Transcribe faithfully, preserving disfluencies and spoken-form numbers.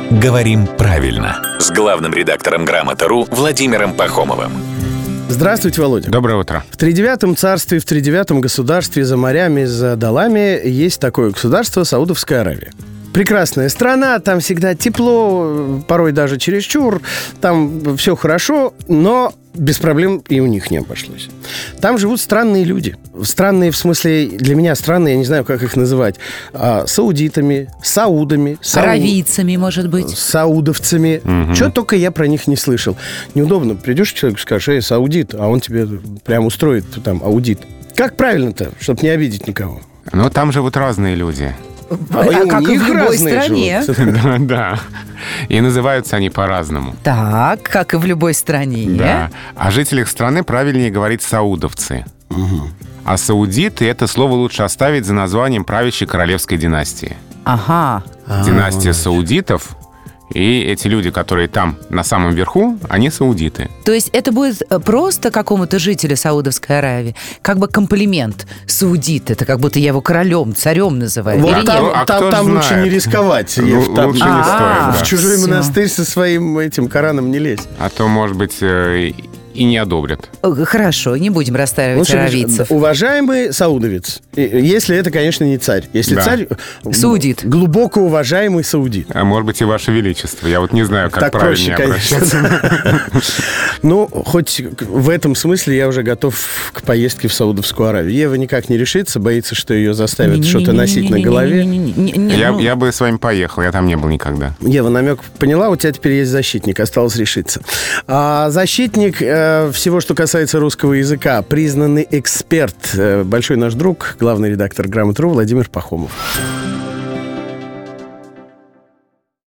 «Говорим правильно» с главным редактором «Грамота.ру» Владимиром Пахомовым. Здравствуйте, Володя. Доброе утро. В тридевятом царстве, в тридевятом государстве за морями, за долами есть такое государство — Саудовская Аравия. Прекрасная страна, там всегда тепло, порой даже чересчур, там все хорошо, но без проблем и у них не обошлось. Там живут странные люди. Странные, в смысле, для меня странные, я не знаю, как их называть. А, саудитами, саудами. Сау... Аравийцами, может быть. Саудовцами. Угу. Чего только я про них не слышал. Неудобно. Придешь к человеку и скажешь: эй, саудит, а он тебе прям устроит там аудит. Как правильно-то, чтобы не обидеть никого? Ну, там живут разные люди. А, а как и в любой стране. Да, да. И называются они по-разному. Так, как и в любой стране. Да. О жителях страны правильнее говорить саудовцы. Угу. А саудиты — это слово лучше оставить за названием правящей королевской династии. Ага. Династия саудитов. И эти люди, которые там на самом верху, они саудиты. То есть это будет просто какому-то жителю Саудовской Аравии как бы комплимент. Саудит — это как будто я его королем, царем называю. Вот Или там, нет? А там, кто там знает? лучше не рисковать. Ну, в, там, лучше не в, стоит, да. в чужой Всё. монастырь со своим этим Кораном не лезь. А то, может быть, э, и не одобрят. Хорошо, не будем расстраивать Лучше аравийцев. говорить: уважаемый саудовец. Если это, конечно, не царь. Если Да. царь... Саудит. Глубоко уважаемый саудит. А может быть, и Ваше Величество. Я вот не знаю, как Так проще, правильнее обращаться. конечно. Ну, хоть в этом смысле я уже готов к поездке в Саудовскую Аравию. Ева никак не решится, боится, что ее заставят что-то носить на голове. Я, я бы с вами поехал, я там не был никогда. Ева намек поняла, у тебя теперь есть защитник, осталось решиться. А защитник э, всего, что касается русского языка, признанный эксперт, э, большой наш друг, главный редактор «Грамота.ру» Владимир Пахомов.